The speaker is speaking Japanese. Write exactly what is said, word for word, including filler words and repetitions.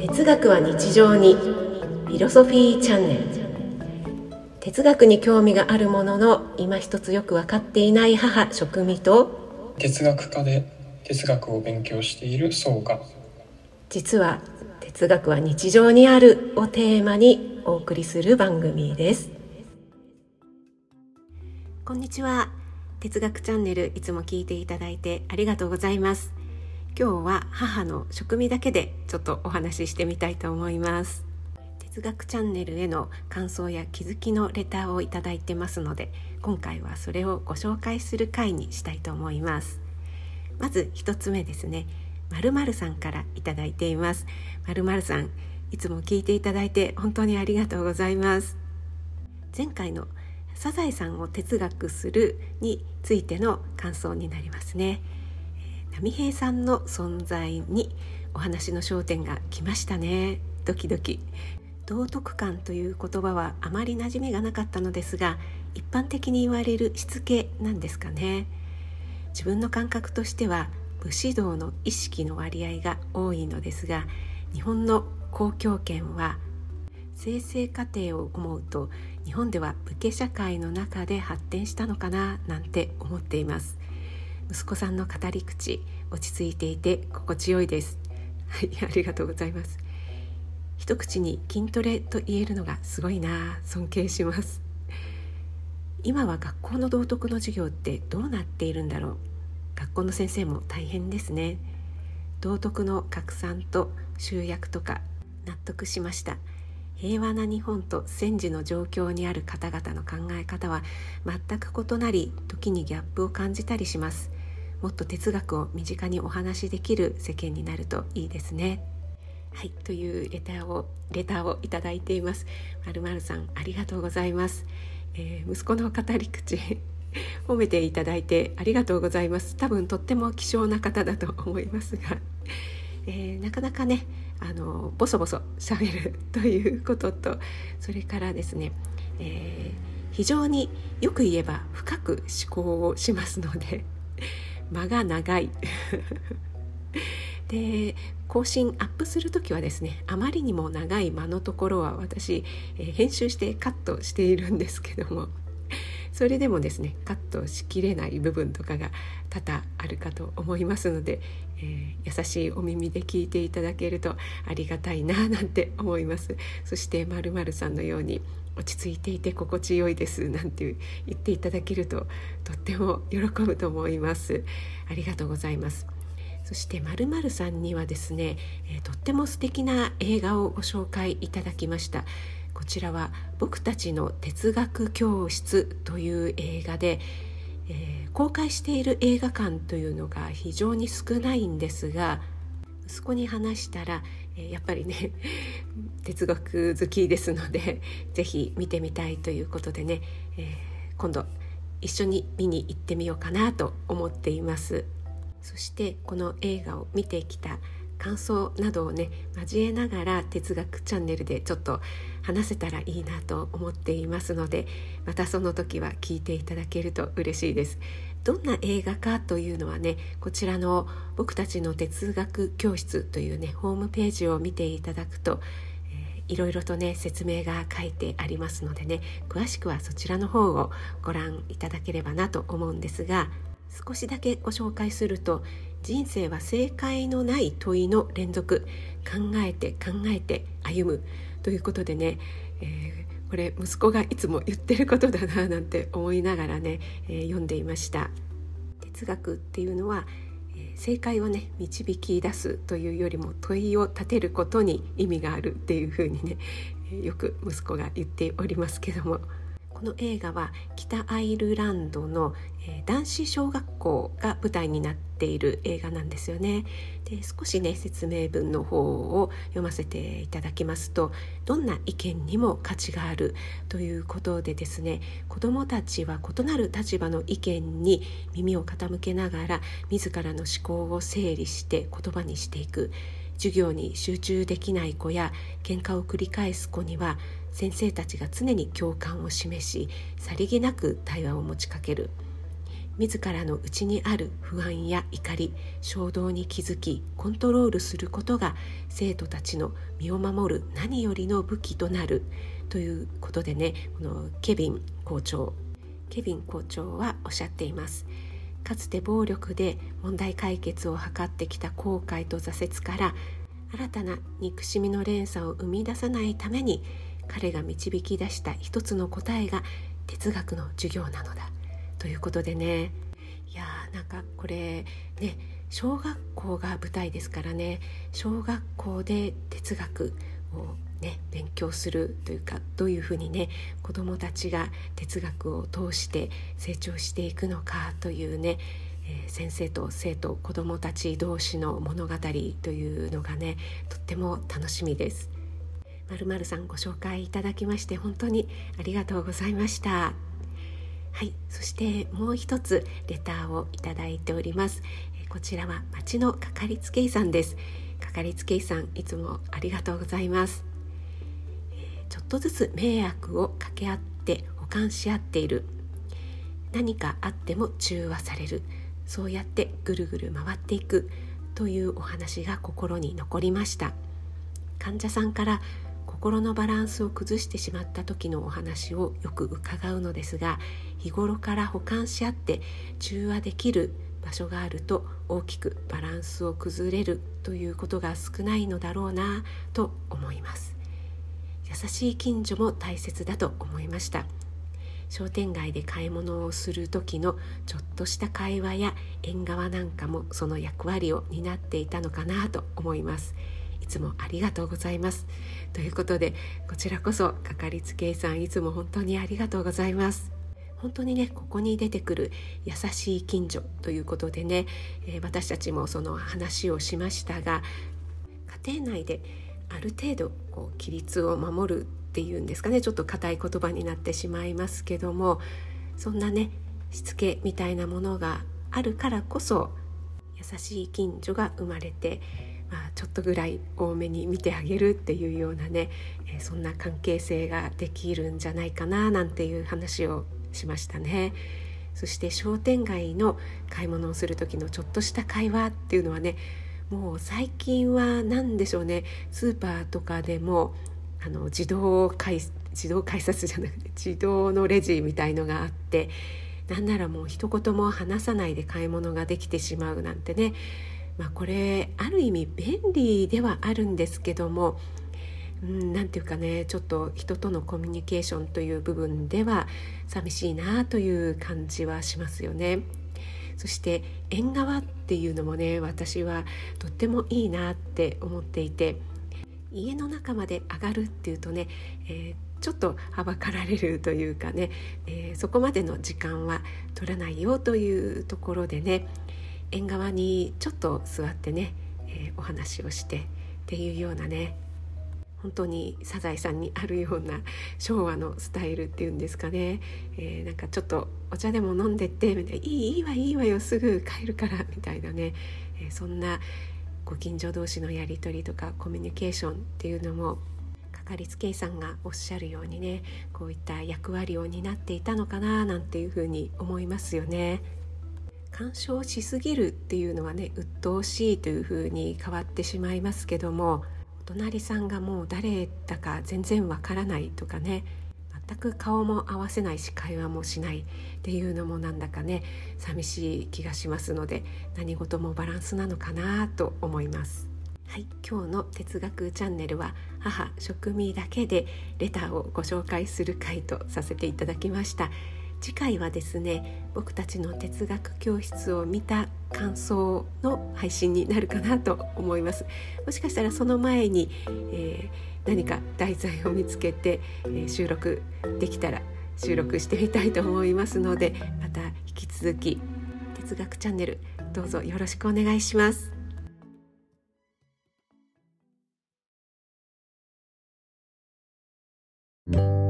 哲学は日常に、フィロソフィーチャンネル。哲学に興味があるものの今一つよく分かっていない母食味と、 哲学科で哲学を勉強している宗が、 実は哲学は日常にあるをテーマにお送りする番組です。こんにちは。哲学チャンネル、いつも聞いていただいてありがとうございます。今日は母の食味だけでちょっとお話ししてみたいと思います。哲学チャンネルへの感想や気づきのレターをいただいてますので、今回はそれをご紹介する回にしたいと思います。まず一つ目ですね。〇〇さんからいただいています。〇〇さん、いつも聞いていただいて本当にありがとうございます。前回のサザエさんを哲学するについての感想になりますね。波平さんの存在にお話の焦点が来ましたね。ドキドキ。道徳観という言葉はあまり馴染みがなかったのですが、一般的に言われるしつけなんですかね。自分の感覚としては武士道の意識の割合が多いのですが、日本の公共権は生成過程を思うと日本では武家社会の中で発展したのかななんて思っています。息子さんの語り口、落ち着いていて心地よいです。はい、ありがとうございます。一口に筋トレと言えるのがすごいな、尊敬します。今は学校の道徳の授業ってどうなっているんだろう。学校の先生も大変ですね。道徳の拡散と集約とか納得しました。平和な日本と戦時の状況にある方々の考え方は全く異なり、時にギャップを感じたりします。もっと哲学を身近にお話しできる世間になるといいですね。はい、というレターをレターをいただいています。〇〇さん、ありがとうございます。えー、息子の語り口褒めていただいてありがとうございます。多分とっても希少な方だと思いますが、えー、なかなかね、あのボソボソ喋るということと、それからですね、えー、非常によく言えば深く思考をしますので間が長いで、更新アップするときはですね、あまりにも長い間のところは私、えー、編集してカットしているんですけども、それでもですね、カットしきれない部分とかが多々あるかと思いますので、えー、優しいお耳で聞いていただけるとありがたいななんて思います。そして〇〇さんのように落ち着いていて心地よいですなんて言っていただけるととっても喜ぶと思います。ありがとうございます。そして〇〇さんにはですね、えー、とっても素敵な映画をご紹介いただきました。こちらは僕たちの哲学教室という映画で、えー、公開している映画館というのが非常に少ないんですが、息子に話したら、えー、やっぱりね哲学好きですのでぜひ見てみたいということでね、えー、今度一緒に見に行ってみようかなと思っています。そしてこの映画を見てきた感想などをね交えながら哲学チャンネルでちょっと話せたらいいなと思っていますので、またその時は聞いていただけると嬉しいです。どんな映画かというのはね、こちらの僕たちの哲学教室というねホームページを見ていただくと、えー、いろいろとね説明が書いてありますのでね、詳しくはそちらの方をご覧いただければなと思うんですが、少しだけご紹介すると、人生は正解のない問いの連続、考えて考えて歩むということでね、えー、これ息子がいつも言ってることだななんて思いながらね、えー、読んでいました。哲学っていうのは、えー、正解をね導き出すというよりも問いを立てることに意味があるっていうふうにね、えー、よく息子が言っておりますけども、この映画は北アイルランドの、えー、男子小学校が舞台になっている映画なんですよね。で、少しね説明文の方を読ませていただきますと、どんな意見にも価値があるということでですね、子どもたちは異なる立場の意見に耳を傾けながら自らの思考を整理して言葉にしていく。授業に集中できない子や喧嘩を繰り返す子には先生たちが常に共感を示し、さりげなく対話を持ちかける。 自らの内にある不安や怒り、衝動に気づきコントロールすることが生徒たちの身を守る何よりの武器となるということでね、このケビン校長ケビン校長はおっしゃっています。かつて暴力で問題解決を図ってきた後悔と挫折から新たな憎しみの連鎖を生み出さないために、彼が導き出した一つの答えが哲学の授業なのだということでね、いやーなんかこれね、小学校が舞台ですからね、小学校で哲学をね勉強するというか、どういうふうにね子どもたちが哲学を通して成長していくのかというね、えー、先生と生徒、子どもたち同士の物語というのがね、とっても楽しみです。まるまるさんご紹介いただきまして本当にありがとうございました。はい、そしてもう一つレターをいただいております。えー、こちらは町のかかりつけ医さんです。かかりつけ医さん、いつもありがとうございます。えー、ちょっとずつ迷惑を掛け合って補完し合っている。何かあっても中和される。そうやってぐるぐる回っていくというお話が心に残りました。患者さんから心のバランスを崩してしまった時のお話をよく伺うのですが、日頃から補完し合って中和できる場所があると大きくバランスを崩れるということが少ないのだろうなと思います。優しい近所も大切だと思いました。商店街で買い物をする時のちょっとした会話や縁側なんかもその役割を担っていたのかなと思います。いつもありがとうございます。ということで、こちらこそかかりつけ医さん、いつも本当にありがとうございます。本当にね、ここに出てくる優しい近所ということでね、えー、私たちもその話をしましたが、家庭内である程度こう規律を守るっていうんですかね、ちょっと硬い言葉になってしまいますけども、そんなねしつけみたいなものがあるからこそ優しい近所が生まれて、まあ、ちょっとぐらい多めに見てあげるっていうようなね、えー、そんな関係性ができるんじゃないかななんていう話をしましたね。そして商店街の買い物をする時のちょっとした会話っていうのはね、もう最近は何でしょうね、スーパーとかでもあの自動改自動改札じゃなくて自動のレジみたいのがあって、なんならもう一言も話さないで買い物ができてしまうなんてね、まあ、これある意味便利ではあるんですけども、うん、なんていうかね、ちょっと人とのコミュニケーションという部分では寂しいなという感じはしますよね。そして縁側っていうのもね、私はとってもいいなって思っていて、家の中まで上がるっていうとね、えー、ちょっとはばかられるというかね、えー、そこまでの時間は取らないよというところでね、縁側にちょっと座ってね、えー、お話をしてっていうようなね、本当にサザエさんにあるような昭和のスタイルっていうんですかね、えー、なんかちょっとお茶でも飲んでってみたいな、いいいいわいいわよすぐ帰るからみたいなね、えー、そんなご近所同士のやり取りとかコミュニケーションっていうのもかかりつけ医さんがおっしゃるようにね、こういった役割を担っていたのかななんていうふうに思いますよね。干渉しすぎるっていうのはね、鬱陶しいというふうに変わってしまいますけども、お隣さんがもう誰だか全然わからないとかね、全く顔も合わせないし会話もしないっていうのもなんだかね寂しい気がしますので、何事もバランスなのかなと思います。はい、今日の哲学チャンネルは母食味だけでレターをご紹介する回とさせていただきました。次回はですね、僕たちの哲学教室を見た感想の配信になるかなと思います。もしかしたらその前に、えー、何か題材を見つけて、えー、収録できたら収録してみたいと思いますので、また引き続き哲学チャンネルどうぞよろしくお願いします。 うん。